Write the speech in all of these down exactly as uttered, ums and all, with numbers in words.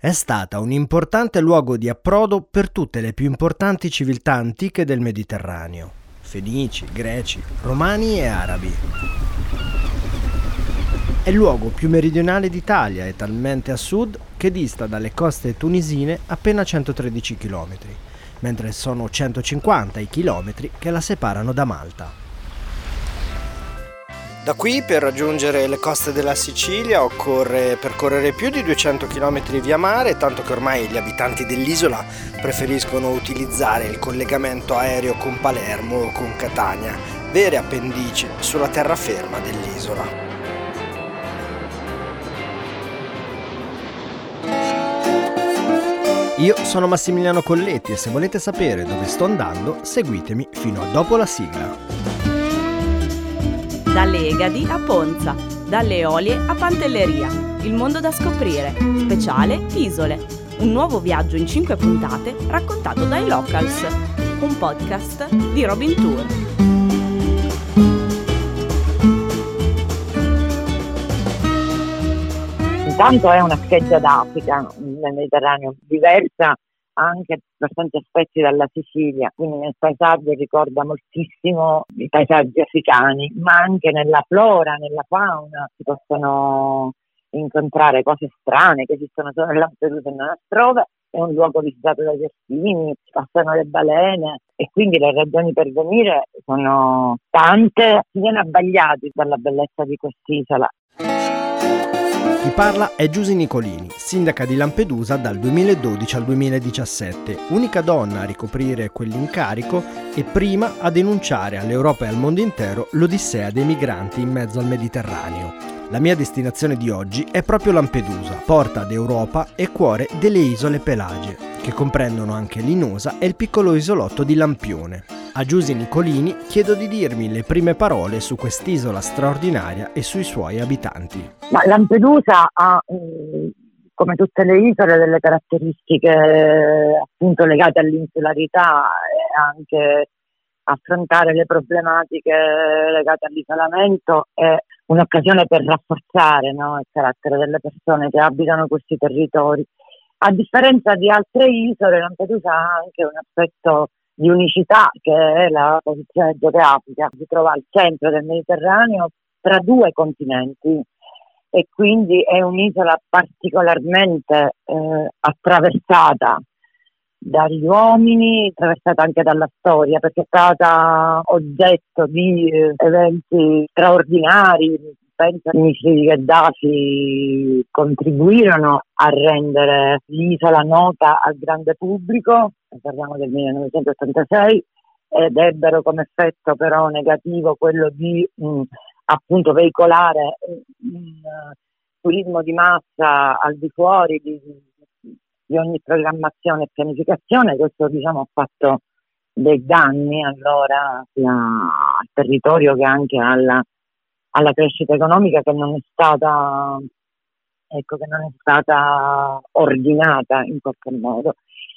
è stata un importante luogo di approdo per tutte le più importanti civiltà antiche del Mediterraneo: Fenici, Greci, Romani e Arabi. È il luogo più meridionale d'Italia e talmente a sud che dista dalle coste tunisine appena centotredici chilometri, mentre sono centocinquanta i chilometri che la separano da Malta. Da qui, per raggiungere le coste della Sicilia, occorre percorrere più di duecento chilometri via mare, tanto che ormai gli abitanti dell'isola preferiscono utilizzare il collegamento aereo con Palermo o con Catania, vere appendici sulla terraferma dell'isola. Io sono Massimiliano Colletti e se volete sapere dove sto andando, seguitemi fino a dopo la sigla. Dalle Egadi a Ponza, dalle Eolie a Pantelleria, il mondo da scoprire, speciale Isole, un nuovo viaggio in cinque puntate raccontato dai Locals, un podcast di Robin Tour. Intanto è una scheggia d'Africa nel Mediterraneo, diversa anche per tanti aspetti dalla Sicilia, quindi nel paesaggio ricorda moltissimo i paesaggi africani, ma anche nella flora, nella fauna si possono incontrare cose strane che esistono solo a Lampedusa e non altrove. È un luogo visitato dai delfini, ci passano le balene e quindi le ragioni per venire sono tante. Si viene abbagliati dalla bellezza di quest'isola. Chi parla è Giusy Nicolini, sindaca di Lampedusa dal duemiladodici al duemiladiciassette, unica donna a ricoprire quell'incarico e prima a denunciare all'Europa e al mondo intero l'odissea dei migranti in mezzo al Mediterraneo. La mia destinazione di oggi è proprio Lampedusa, porta d'Europa e cuore delle isole Pelagie, che comprendono anche Linosa e il piccolo isolotto di Lampione. A Giusy Nicolini chiedo di dirmi le prime parole su quest'isola straordinaria e sui suoi abitanti. Ma Lampedusa ha, come tutte le isole, delle caratteristiche appunto legate all'insularità e anche affrontare le problematiche legate all'isolamento è un'occasione per rafforzare, no, il carattere delle persone che abitano questi territori. A differenza di altre isole, Lampedusa ha anche un aspetto di unicità, che è la posizione geografica. Si trova al centro del Mediterraneo tra due continenti e quindi è un'isola particolarmente eh, attraversata dagli uomini, attraversata anche dalla storia, perché è stata oggetto di eh, eventi straordinari. Penso che i missili di Gheddafi contribuirono a rendere l'isola nota al grande pubblico, parliamo del millenovecentottantasei, ed ebbero come effetto però negativo quello di mh, appunto veicolare un uh, turismo di massa al di fuori di, di ogni programmazione e pianificazione. Questo diciamo ha fatto dei danni allora sia al territorio che anche alla alla crescita economica, che non è stata ecco che non è stata ordinata in qualche modo,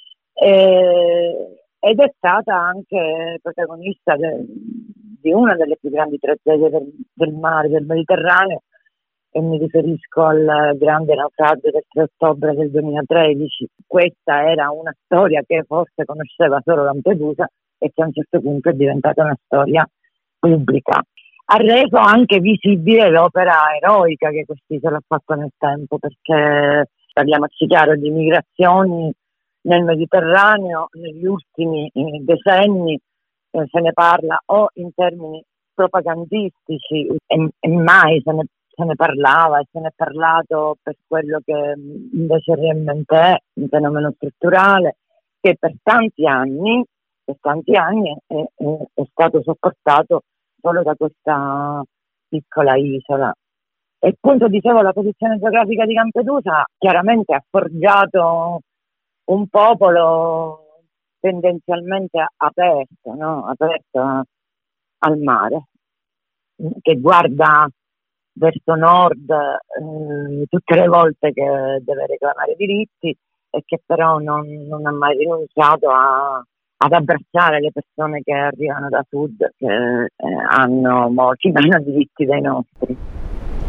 e, ed è stata anche protagonista de, di una delle più grandi tragedie del, del mare del Mediterraneo, e mi riferisco al grande naufragio del tre ottobre del duemilatredici. Questa era una storia che forse conosceva solo Lampedusa e che a un certo punto è diventata una storia pubblica. Ha reso anche visibile l'opera eroica che quest'isola ha fatto nel tempo, perché parliamoci chiaro, di migrazioni nel Mediterraneo negli ultimi eh, decenni eh, se ne parla o in termini propagandistici e, e mai se ne, se ne parlava e se ne è parlato per quello che invece realmente è un fenomeno strutturale che per tanti anni, per tanti anni è, è, è stato sopportato solo da questa piccola isola. E appunto dicevo, la posizione geografica di Lampedusa chiaramente ha forgiato un popolo tendenzialmente aperto, no? aperto al mare, che guarda verso nord eh, tutte le volte che deve reclamare diritti e che però non, non ha mai rinunciato a ad abbracciare le persone che arrivano da sud, che eh, hanno molti meno diritti dei nostri.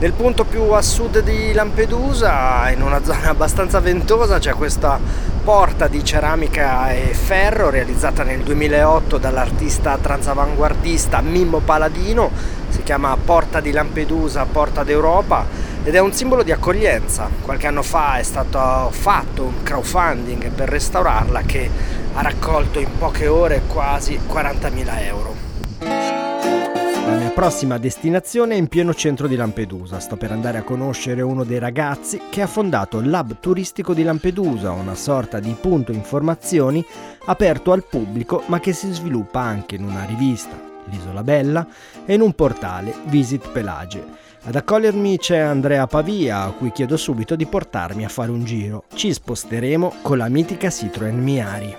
Nel punto più a sud di Lampedusa, in una zona abbastanza ventosa, c'è questa porta di ceramica e ferro realizzata nel duemilaotto dall'artista transavanguardista Mimmo Paladino. Si chiama Porta di Lampedusa, Porta d'Europa, ed è un simbolo di accoglienza. Qualche anno fa è stato fatto un crowdfunding per restaurarla che ha raccolto in poche ore quasi quarantamila euro. La mia prossima destinazione è in pieno centro di Lampedusa. Sto per andare a conoscere uno dei ragazzi che ha fondato l'Hub turistico di Lampedusa, una sorta di punto informazioni aperto al pubblico ma che si sviluppa anche in una rivista, L'Isola Bella, e in un portale, Visit Pelage. Ad accogliermi c'è Andrea Pavia, a cui chiedo subito di portarmi a fare un giro. Ci sposteremo con la mitica Citroen Miari.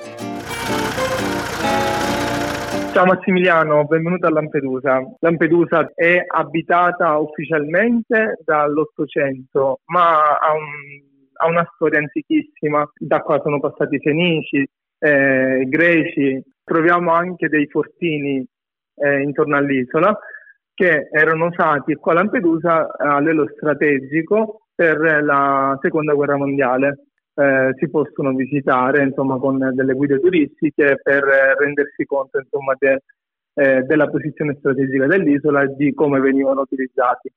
Ciao Massimiliano, benvenuto a Lampedusa. Lampedusa è abitata ufficialmente dall'Ottocento, ma ha, un, ha una storia antichissima. Da qua sono passati i Fenici, eh, Greci. Troviamo anche dei fortini eh, intorno all'isola che erano usati qua a Lampedusa a livello strategico per la Seconda Guerra Mondiale. Eh, si possono visitare insomma con delle guide turistiche per rendersi conto insomma de, eh, della posizione strategica dell'isola e di come venivano utilizzati.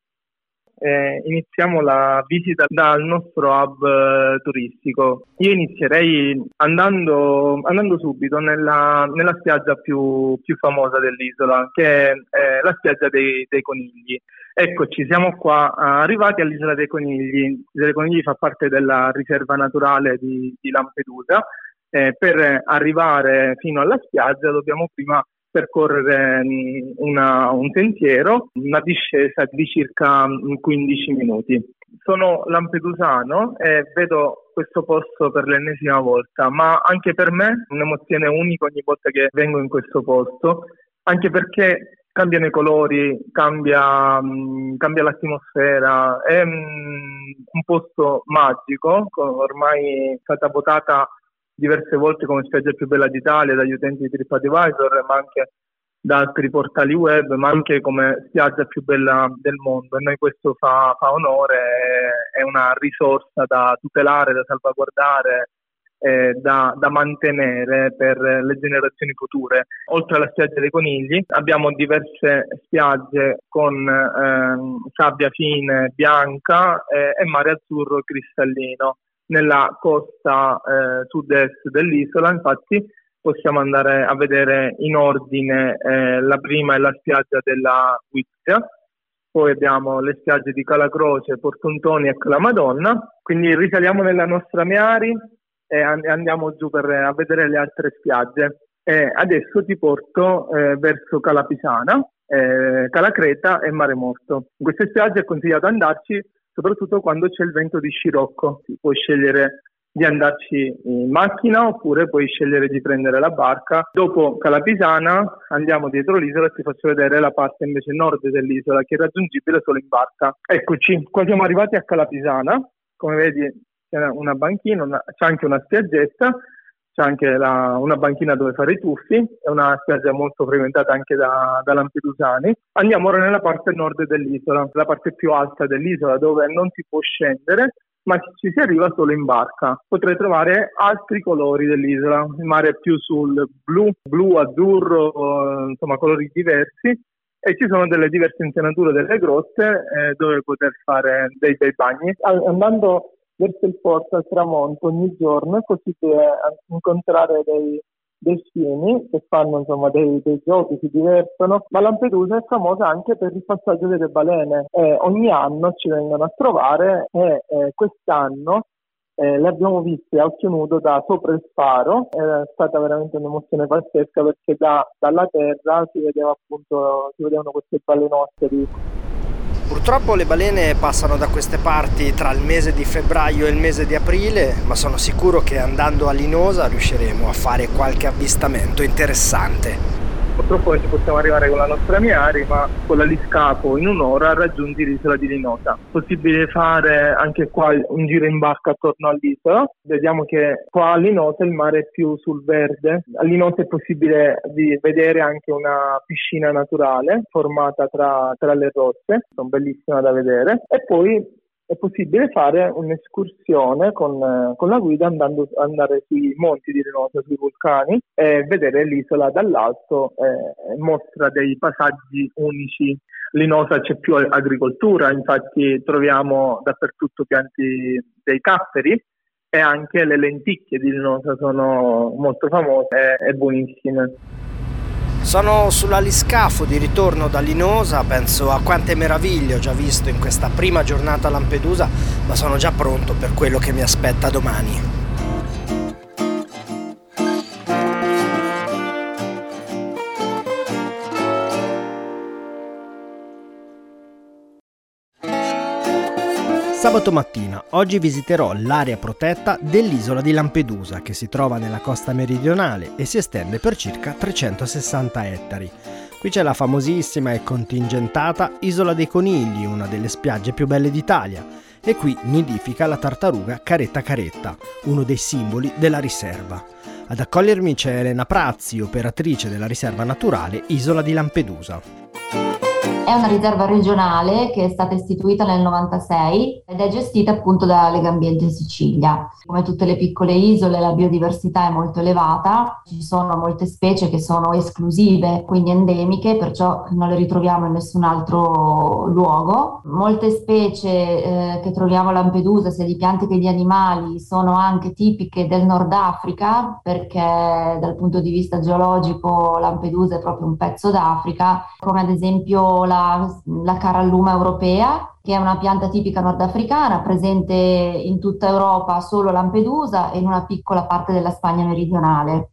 Eh, iniziamo la visita dal nostro hub eh, turistico. Io inizierei andando, andando subito nella, nella spiaggia più, più famosa dell'isola, che è eh, la spiaggia dei, dei Conigli. Eccoci, siamo qua arrivati all'Isola dei Conigli. L'isola dei Conigli fa parte della riserva naturale di, di Lampedusa. Eh, per arrivare fino alla spiaggia dobbiamo prima percorrere una, un sentiero, una discesa di circa quindici minuti. Sono lampedusano e vedo questo posto per l'ennesima volta, ma anche per me è un'emozione unica ogni volta che vengo in questo posto, anche perché cambiano i colori, cambia, mh, cambia l'atmosfera, è mh, un posto magico, ormai è stata votata diverse volte come spiaggia più bella d'Italia dagli utenti di TripAdvisor, ma anche da altri portali web, ma anche come spiaggia più bella del mondo. E noi questo fa, fa onore, è una risorsa da tutelare, da salvaguardare, eh, da, da mantenere per le generazioni future. Oltre alla spiaggia dei Conigli abbiamo diverse spiagge con eh, sabbia fine bianca eh, e mare azzurro cristallino. Nella costa eh, sud-est dell'isola, infatti, possiamo andare a vedere in ordine eh, la prima è la spiaggia della Guizia, poi abbiamo le spiagge di Calacroce, Portontoni e Calamadonna, quindi risaliamo nella nostra Miari e andiamo giù per a vedere le altre spiagge. E adesso ti porto eh, verso Calapisana, eh, Calacreta e Mare Morto. In queste spiagge è consigliato andarci soprattutto quando c'è il vento di scirocco. Puoi scegliere di andarci in macchina oppure puoi scegliere di prendere la barca. Dopo Calapisana andiamo dietro l'isola e ti faccio vedere la parte invece nord dell'isola, che è raggiungibile solo in barca. Eccoci, qua siamo arrivati a Calapisana. Come vedi c'è una banchina, una, c'è anche una spiaggetta, c'è anche la, una banchina dove fare i tuffi, è una spiaggia molto frequentata anche da, da lampedusani. Andiamo ora nella parte nord dell'isola, la parte più alta dell'isola, dove non si può scendere, ma ci si arriva solo in barca. Potrei trovare altri colori dell'isola, il mare è più sul blu, blu, azzurro, insomma colori diversi, e ci sono delle diverse insenature delle grotte eh, dove poter fare dei bei bagni. Andando verso il porto al tramonto ogni giorno è possibile incontrare dei delfini che fanno insomma dei, dei giochi, si divertono, ma Lampedusa è famosa anche per il passaggio delle balene. Eh, ogni anno ci vengono a trovare e eh, quest'anno eh, le abbiamo viste a occhio nudo da sopra il faro. È stata veramente un'emozione pazzesca perché da, dalla terra si vedeva appunto si vedevano queste balenotte. Purtroppo le balene passano da queste parti tra il mese di febbraio e il mese di aprile, ma sono sicuro che andando a Linosa riusciremo a fare qualche avvistamento interessante. Purtroppo non ci possiamo arrivare con la nostra Miari, ma con l'aliscafo in un'ora raggiungi l'isola di Linosa. Possibile fare anche qua un giro in barca attorno all'isola. Vediamo che qua a Linosa il mare è più sul verde. A Linosa è possibile di vedere anche una piscina naturale formata tra, tra le rocce, sono bellissime da vedere. E poi è possibile fare un'escursione con, con la guida andando andare sui monti di Linosa, sui vulcani, e vedere l'isola dall'alto. Eh, mostra dei paesaggi unici. Linosa c'è più agricoltura, infatti troviamo dappertutto pianti dei capperi, e anche le lenticchie di Linosa sono molto famose e, e buonissime. Sono sull'aliscafo di ritorno da Linosa, penso a quante meraviglie ho già visto in questa prima giornata a Lampedusa, ma sono già pronto per quello che mi aspetta domani. Sabato mattina, oggi visiterò l'area protetta dell'isola di Lampedusa, che si trova nella costa meridionale e si estende per circa trecentosessanta ettari. Qui c'è la famosissima e contingentata Isola dei Conigli, una delle spiagge più belle d'Italia, e qui nidifica la tartaruga caretta caretta, uno dei simboli della riserva. Ad accogliermi c'è Elena Prazzi, operatrice della riserva naturale Isola di Lampedusa. È una riserva regionale che è stata istituita nel novantasei ed è gestita appunto da Legambiente Sicilia. Come tutte le piccole isole, la biodiversità è molto elevata, ci sono molte specie che sono esclusive, quindi endemiche, perciò non le ritroviamo in nessun altro luogo. Molte specie eh, che troviamo a Lampedusa, sia di piante che di animali, sono anche tipiche del Nord Africa, perché dal punto di vista geologico Lampedusa è proprio un pezzo d'Africa, come ad esempio la la caralluma europea, che è una pianta tipica nordafricana, presente in tutta Europa, solo a Lampedusa e in una piccola parte della Spagna meridionale.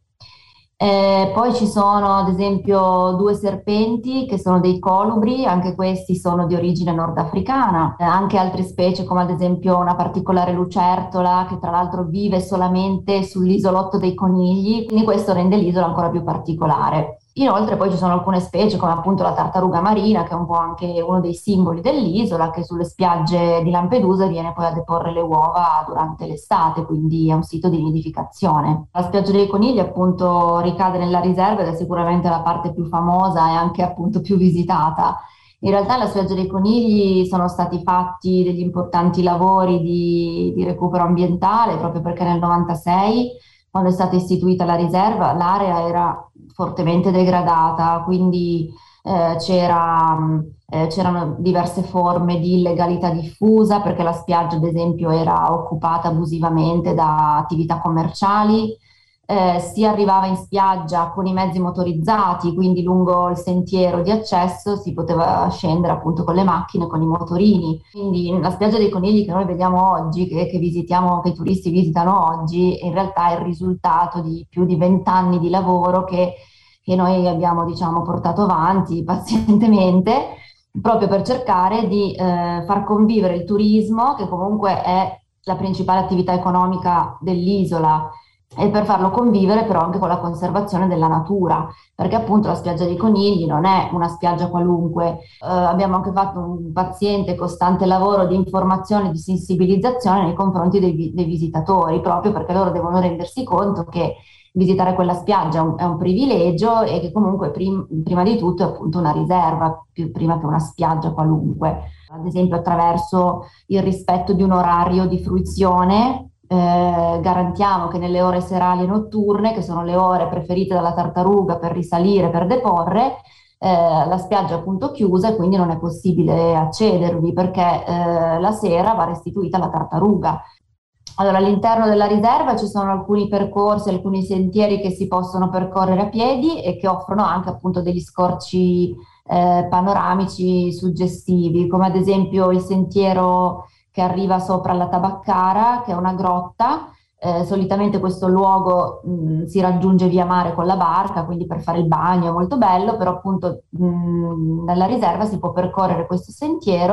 Eh, poi ci sono ad esempio due serpenti che sono dei colubri, anche questi sono di origine nordafricana, eh, anche altre specie come ad esempio una particolare lucertola che tra l'altro vive solamente sull'isolotto dei Conigli, quindi questo rende l'isola ancora più particolare. Inoltre poi ci sono alcune specie come appunto la tartaruga marina, che è un po' anche uno dei simboli dell'isola, che sulle spiagge di Lampedusa viene poi a deporre le uova durante l'estate, quindi è un sito di nidificazione. La spiaggia dei Conigli appunto ricade nella riserva ed è sicuramente la parte più famosa e anche appunto più visitata. In realtà alla spiaggia dei Conigli sono stati fatti degli importanti lavori di, di recupero ambientale, proprio perché nel novantasei, quando è stata istituita la riserva, l'area era fortemente degradata, quindi eh, c'era, eh, c'erano diverse forme di illegalità diffusa, perché la spiaggia ad esempio era occupata abusivamente da attività commerciali. Eh, si arrivava in spiaggia con i mezzi motorizzati, quindi lungo il sentiero di accesso si poteva scendere appunto con le macchine, con i motorini. Quindi la spiaggia dei Conigli che noi vediamo oggi, che, che visitiamo, che i turisti visitano oggi, in realtà è il risultato di più di vent'anni di lavoro che, che noi abbiamo, diciamo, portato avanti pazientemente, proprio per cercare di eh, far convivere il turismo, che comunque è la principale attività economica dell'isola, e per farlo convivere però anche con la conservazione della natura, perché appunto la spiaggia dei Conigli non è una spiaggia qualunque. Eh, abbiamo anche fatto un paziente costante lavoro di informazione, di sensibilizzazione nei confronti dei, dei visitatori, proprio perché loro devono rendersi conto che visitare quella spiaggia è un, è un privilegio e che comunque prim, prima di tutto è appunto una riserva, più prima che una spiaggia qualunque. Ad esempio attraverso il rispetto di un orario di fruizione, Eh, garantiamo che nelle ore serali e notturne, che sono le ore preferite dalla tartaruga per risalire, per deporre, eh, la spiaggia è appunto chiusa e quindi non è possibile accedervi, perché eh, la sera va restituita la tartaruga. Allora, all'interno della riserva ci sono alcuni percorsi, alcuni sentieri che si possono percorrere a piedi e che offrono anche appunto degli scorci eh, panoramici suggestivi, come ad esempio il sentiero che arriva sopra la Tabaccara, che è una grotta. Eh, solitamente questo luogo mh, si raggiunge via mare con la barca, quindi per fare il bagno è molto bello, però appunto mh, nella riserva si può percorrere questo sentiero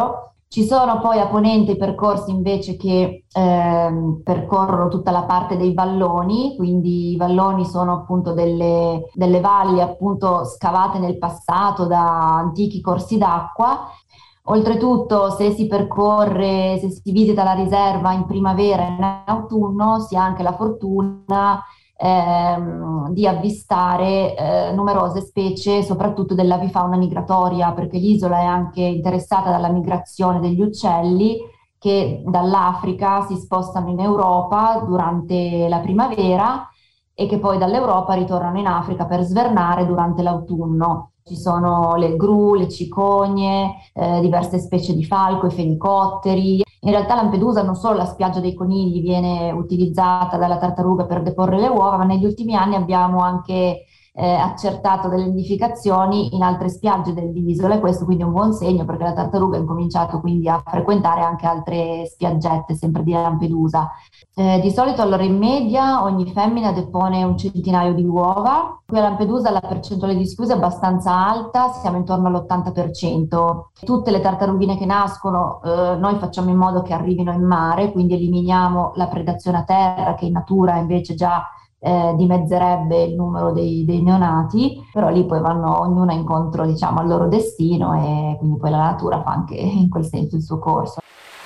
Ci sono poi a ponente i percorsi invece che ehm, percorrono tutta la parte dei valloni, quindi i valloni sono appunto delle, delle valli appunto scavate nel passato da antichi corsi d'acqua. Oltretutto, se si percorre, se si visita la riserva in primavera e in autunno, si ha anche la fortuna ehm, di avvistare eh, numerose specie, soprattutto dell'avifauna migratoria, perché l'isola è anche interessata dalla migrazione degli uccelli che dall'Africa si spostano in Europa durante la primavera e che poi dall'Europa ritornano in Africa per svernare durante l'autunno. Ci sono le gru, le cicogne, eh, diverse specie di falco, i fenicotteri. In realtà Lampedusa non solo la spiaggia dei conigli viene utilizzata dalla tartaruga per deporre le uova, ma negli ultimi anni abbiamo anche eh, accertato delle nidificazioni in altre spiagge dell'isola, e questo quindi è un buon segno perché la tartaruga ha incominciato quindi a frequentare anche altre spiaggette sempre di Lampedusa. Eh, di solito allora in media ogni femmina depone un centinaio di uova. Qui a Lampedusa la percentuale di schiuse è abbastanza alta, siamo intorno all'ottanta per cento. Tutte le tartarughine che nascono eh, noi facciamo in modo che arrivino in mare, quindi eliminiamo la predazione a terra che in natura invece già eh, dimezzerebbe il numero dei, dei neonati, però lì poi vanno ognuna incontro diciamo al loro destino e quindi poi la natura fa anche in quel senso il suo corso.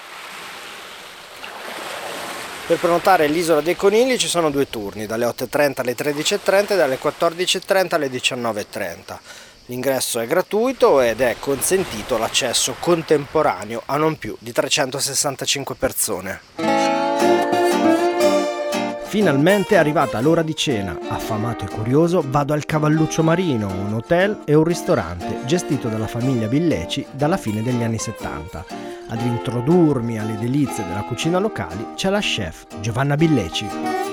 Per prenotare l'Isola dei Conigli ci sono due turni, dalle otto e trenta alle tredici e trenta e dalle quattordici e trenta alle diciannove e trenta. L'ingresso è gratuito ed è consentito l'accesso contemporaneo a non più di trecentosessantacinque persone. Finalmente è arrivata l'ora di cena. Affamato e curioso vado al Cavalluccio Marino, un hotel e un ristorante gestito dalla famiglia Billeci dalla fine degli anni settanta. Ad introdurmi alle delizie della cucina locale c'è la chef Giovanna Billeci.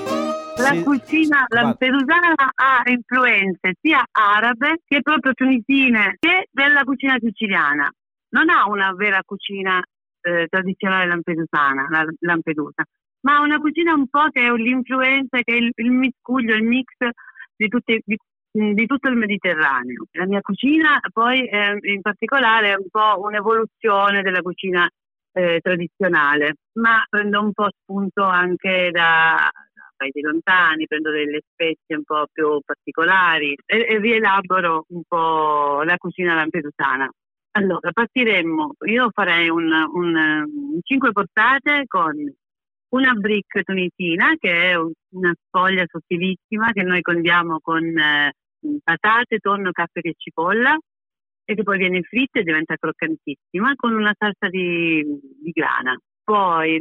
La Sì. cucina lampedusana ha influenze sia arabe che proprio tunisine che della cucina siciliana. Non ha una vera cucina eh, tradizionale lampedusana, la Lampedusa, ma ha una cucina un po' che è l'influenza, che è il, il miscuglio, il mix di, tutti, di, di tutto il Mediterraneo. La mia cucina poi eh, in particolare è un po' un'evoluzione della cucina eh, tradizionale, ma prendo un po' spunto anche da paesi lontani, prendo delle spezie un po' più particolari e, e rielaboro un po' la cucina lampedusana. Allora, partiremmo, io farei un, un, un cinque portate con una brick tunisina, che è una sfoglia sottilissima che noi condiamo con eh, patate, tonno, capperi e cipolla, e che poi viene fritta e diventa croccantissima con una salsa di, di grana. Poi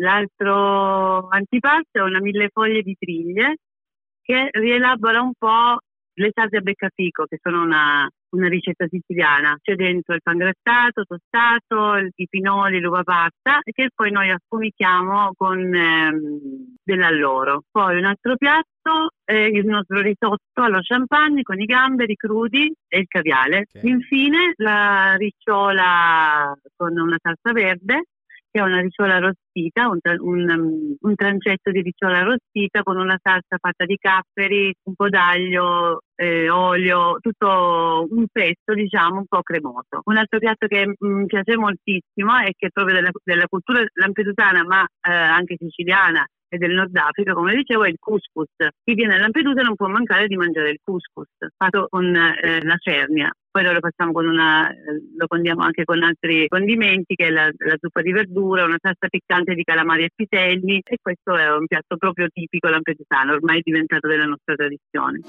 l'altro antipasto è una mille foglie di triglie che rielabora un po' le sarde a beccafico, che sono una, una ricetta siciliana. C'è dentro il pangrattato, tostato, i pinoli, l'uva passa, e che poi noi affumichiamo con ehm, dell'alloro. Poi un altro piatto è il nostro risotto allo champagne con i gamberi crudi e il caviale. Okay. Infine la ricciola con una salsa verde, che è una ricciola arrostita, un, un, un trancetto di ricciola arrostita con una salsa fatta di capperi, un po' d'aglio, eh, olio, tutto un pesto diciamo un po' cremoso. Un altro piatto che mi piace moltissimo e che è proprio della, della cultura lampedusana ma eh, anche siciliana e del Nord Africa, come dicevo, è il couscous. Chi viene a Lampedusa non può mancare di mangiare il couscous fatto con eh, la cernia. Poi noi lo facciamo con una, lo condiamo anche con altri condimenti, che è la, la zuppa di verdura, una salsa piccante di calamari e piselli, e questo è un piatto proprio tipico lampedusano, ormai diventato della nostra tradizione.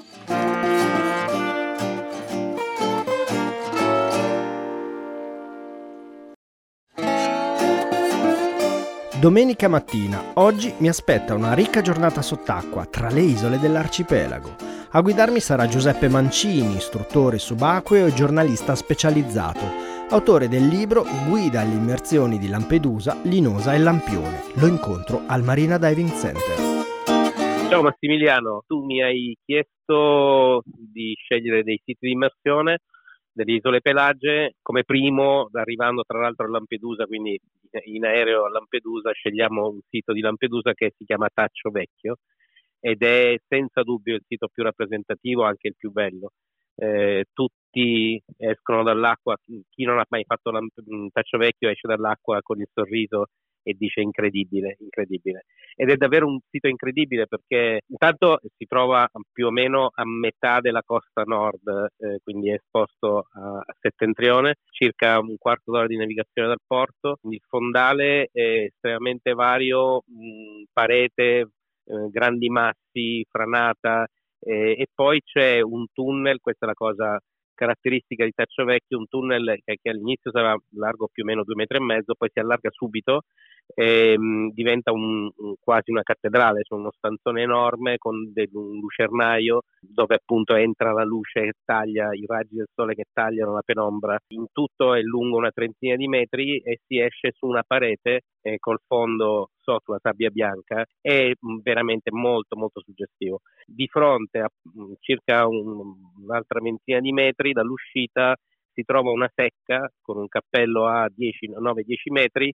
Domenica mattina, oggi mi aspetta una ricca giornata sott'acqua tra le isole dell'arcipelago. A guidarmi sarà Giuseppe Mancini, istruttore subacqueo e giornalista specializzato, autore del libro Guida alle immersioni di Lampedusa, Linosa e Lampione. Lo incontro al Marina Diving Center. Ciao Massimiliano, tu mi hai chiesto di scegliere dei siti di immersione delle isole Pelagie come primo, arrivando tra l'altro a Lampedusa, quindi in aereo a Lampedusa scegliamo un sito di Lampedusa che si chiama Taccio Vecchio ed è senza dubbio il sito più rappresentativo, anche il più bello. Eh, tutti tutti escono dall'acqua, chi non ha mai fatto un Taccio Vecchio esce dall'acqua con il sorriso e dice incredibile, incredibile. Ed è davvero un sito incredibile perché intanto si trova più o meno a metà della costa nord, eh, quindi è esposto a, a settentrione, circa un quarto d'ora di navigazione dal porto. Il fondale è estremamente vario, mh, parete, eh, grandi massi, franata, eh, e poi c'è un tunnel, questa è la cosa caratteristica di Taccio Vecchio, un tunnel che, che all'inizio sarà largo più o meno due metri e mezzo, poi si allarga subito e mh, diventa un, un, quasi una cattedrale, cioè uno stanzone enorme con del, un lucernaio dove appunto entra la luce che taglia, i raggi del sole che tagliano la penombra. In tutto è lungo una trentina di metri e si esce su una parete eh, col fondo sotto la sabbia bianca. È mh, veramente molto molto suggestivo. Di fronte a mh, circa un, un'altra ventina di metri dall'uscita si trova una secca con un cappello a nove dieci metri,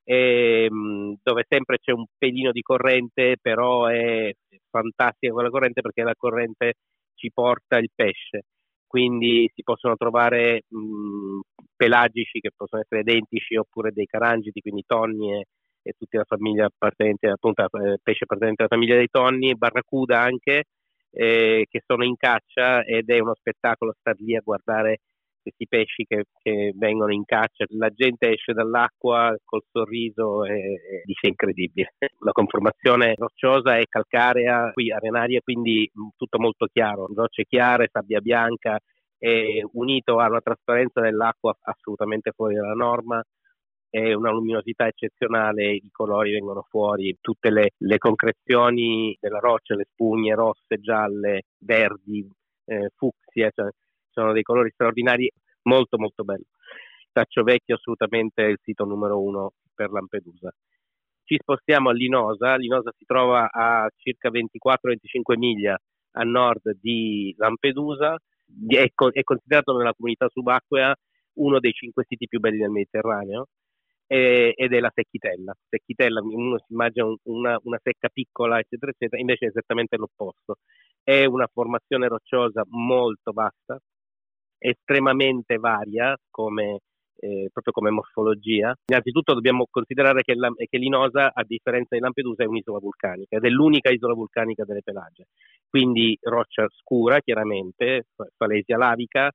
e, mh, dove sempre c'è un pelino di corrente, però è fantastica quella corrente perché la corrente ci porta il pesce, quindi si possono trovare mh, pelagici che possono essere identici oppure dei carangidi, quindi tonni e, e tutta la famiglia appartenente, appunto eh, pesce appartenente alla famiglia dei tonni, barracuda anche, eh, che sono in caccia, ed è uno spettacolo star lì a guardare questi pesci che, che vengono in caccia. La gente esce dall'acqua col sorriso e, e dice incredibile. La conformazione rocciosa è calcarea, qui arenaria, quindi tutto molto chiaro, rocce chiare, sabbia bianca, e unito a una trasparenza dell'acqua assolutamente fuori dalla norma e una luminosità eccezionale. I colori vengono fuori, tutte le, le concrezioni della roccia, le spugne rosse, gialle, verdi, eh, fucsia, cioè sono dei colori straordinari, molto molto bello. Taccio Vecchio assolutamente è il sito numero uno per Lampedusa. Ci spostiamo a Linosa. Linosa si trova a circa ventiquattro venticinque miglia a nord di Lampedusa, è, co- è considerato nella comunità subacquea uno dei cinque siti più belli del Mediterraneo, e- ed è la Secchitella. Secchitella, uno si immagina un, una, una secca piccola eccetera eccetera, invece è esattamente l'opposto, è una formazione rocciosa molto vasta, estremamente varia come eh, proprio come morfologia. Innanzitutto dobbiamo considerare che, la, che Linosa, a differenza di Lampedusa, è un'isola vulcanica ed è l'unica isola vulcanica delle Pelagie, quindi roccia scura chiaramente, falesia lavica,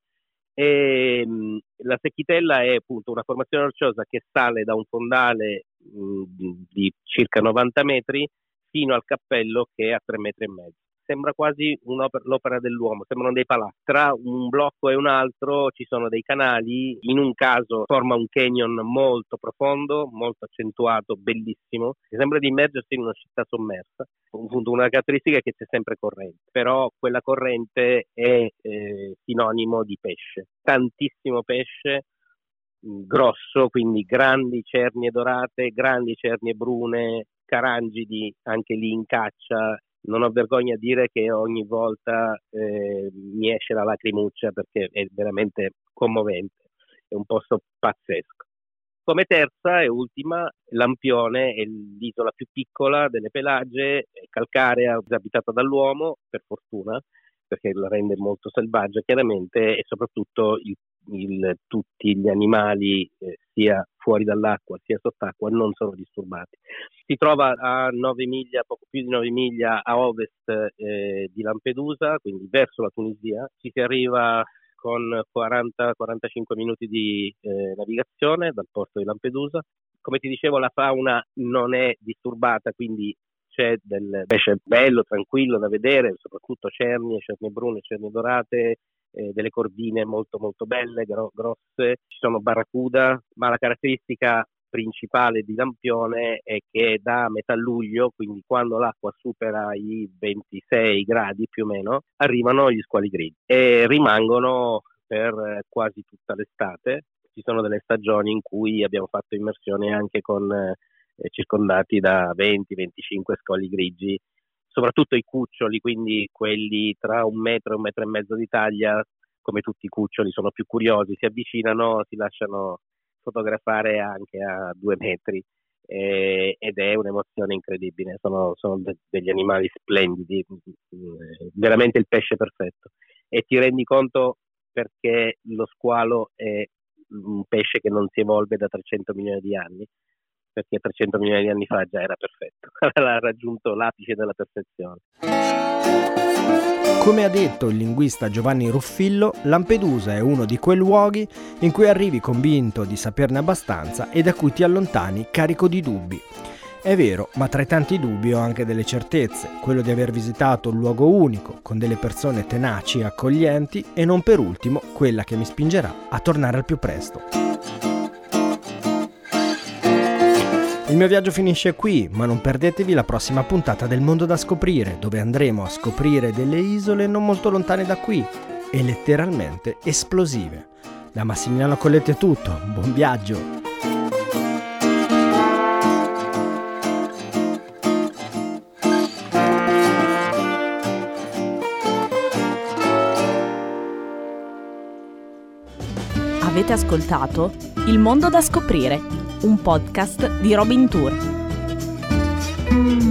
e mh, la Secchitella è appunto una formazione rocciosa che sale da un fondale mh, di, di circa novanta metri fino al cappello che è a tre metri e mezzo. Sembra quasi l'opera dell'uomo, sembrano dei palazzi. Tra un blocco e un altro ci sono dei canali, in un caso forma un canyon molto profondo, molto accentuato, bellissimo, che sembra di immergersi in una città sommersa. Appunto, una caratteristica è che c'è sempre corrente, però quella corrente è eh, sinonimo di pesce, tantissimo pesce, mh, grosso, quindi grandi cernie dorate, grandi cernie brune, carangidi anche lì in caccia. Non ho vergogna a dire che ogni volta eh, mi esce la lacrimuccia perché è veramente commovente, è un posto pazzesco. Come terza e ultima, Lampione è l'isola più piccola delle Pelagie, è calcarea, abitata dall'uomo, per fortuna, perché la rende molto selvaggia chiaramente, e soprattutto il, il, tutti gli animali eh, sia fuori dall'acqua sia sott'acqua non sono disturbati. Si trova a nove miglia, poco più di nove miglia a ovest eh, di Lampedusa, quindi verso la Tunisia. Ci si arriva con quaranta quarantacinque minuti di eh, navigazione dal porto di Lampedusa. Come ti dicevo, la fauna non è disturbata, quindi c'è del pesce bello, tranquillo da vedere, soprattutto cernie, cernie brune, cernie dorate, eh, delle corvine molto molto belle, gro- grosse, ci sono barracuda, ma la caratteristica principale di Lampione è che da metà luglio, quindi quando l'acqua supera i ventisei gradi più o meno, arrivano gli squali grigi e rimangono per quasi tutta l'estate. Ci sono delle stagioni in cui abbiamo fatto immersione anche con eh, circondati da venti venticinque squali grigi, soprattutto i cuccioli, quindi quelli tra un metro e un metro e mezzo di taglia. Come tutti i cuccioli sono più curiosi, si avvicinano, si lasciano fotografare anche a due metri eh, ed è un'emozione incredibile. Sono, sono de- degli animali splendidi, veramente il pesce perfetto, e ti rendi conto perché lo squalo è un pesce che non si evolve da trecento milioni di anni, perché trecento milioni di anni fa già era perfetto, aveva raggiunto l'apice della perfezione. Come ha detto il linguista Giovanni Ruffillo, Lampedusa è uno di quei luoghi in cui arrivi convinto di saperne abbastanza e da cui ti allontani carico di dubbi. È vero, ma tra i tanti dubbi ho anche delle certezze, quello di aver visitato un luogo unico, con delle persone tenaci e accoglienti, e non per ultimo quella che mi spingerà a tornare al più presto. Il mio viaggio finisce qui, ma non perdetevi la prossima puntata del Mondo da scoprire, dove andremo a scoprire delle isole non molto lontane da qui e letteralmente esplosive. Da Massimiliano Colletti è tutto, buon viaggio! Avete ascoltato Il Mondo da scoprire, un podcast di Robin Tour.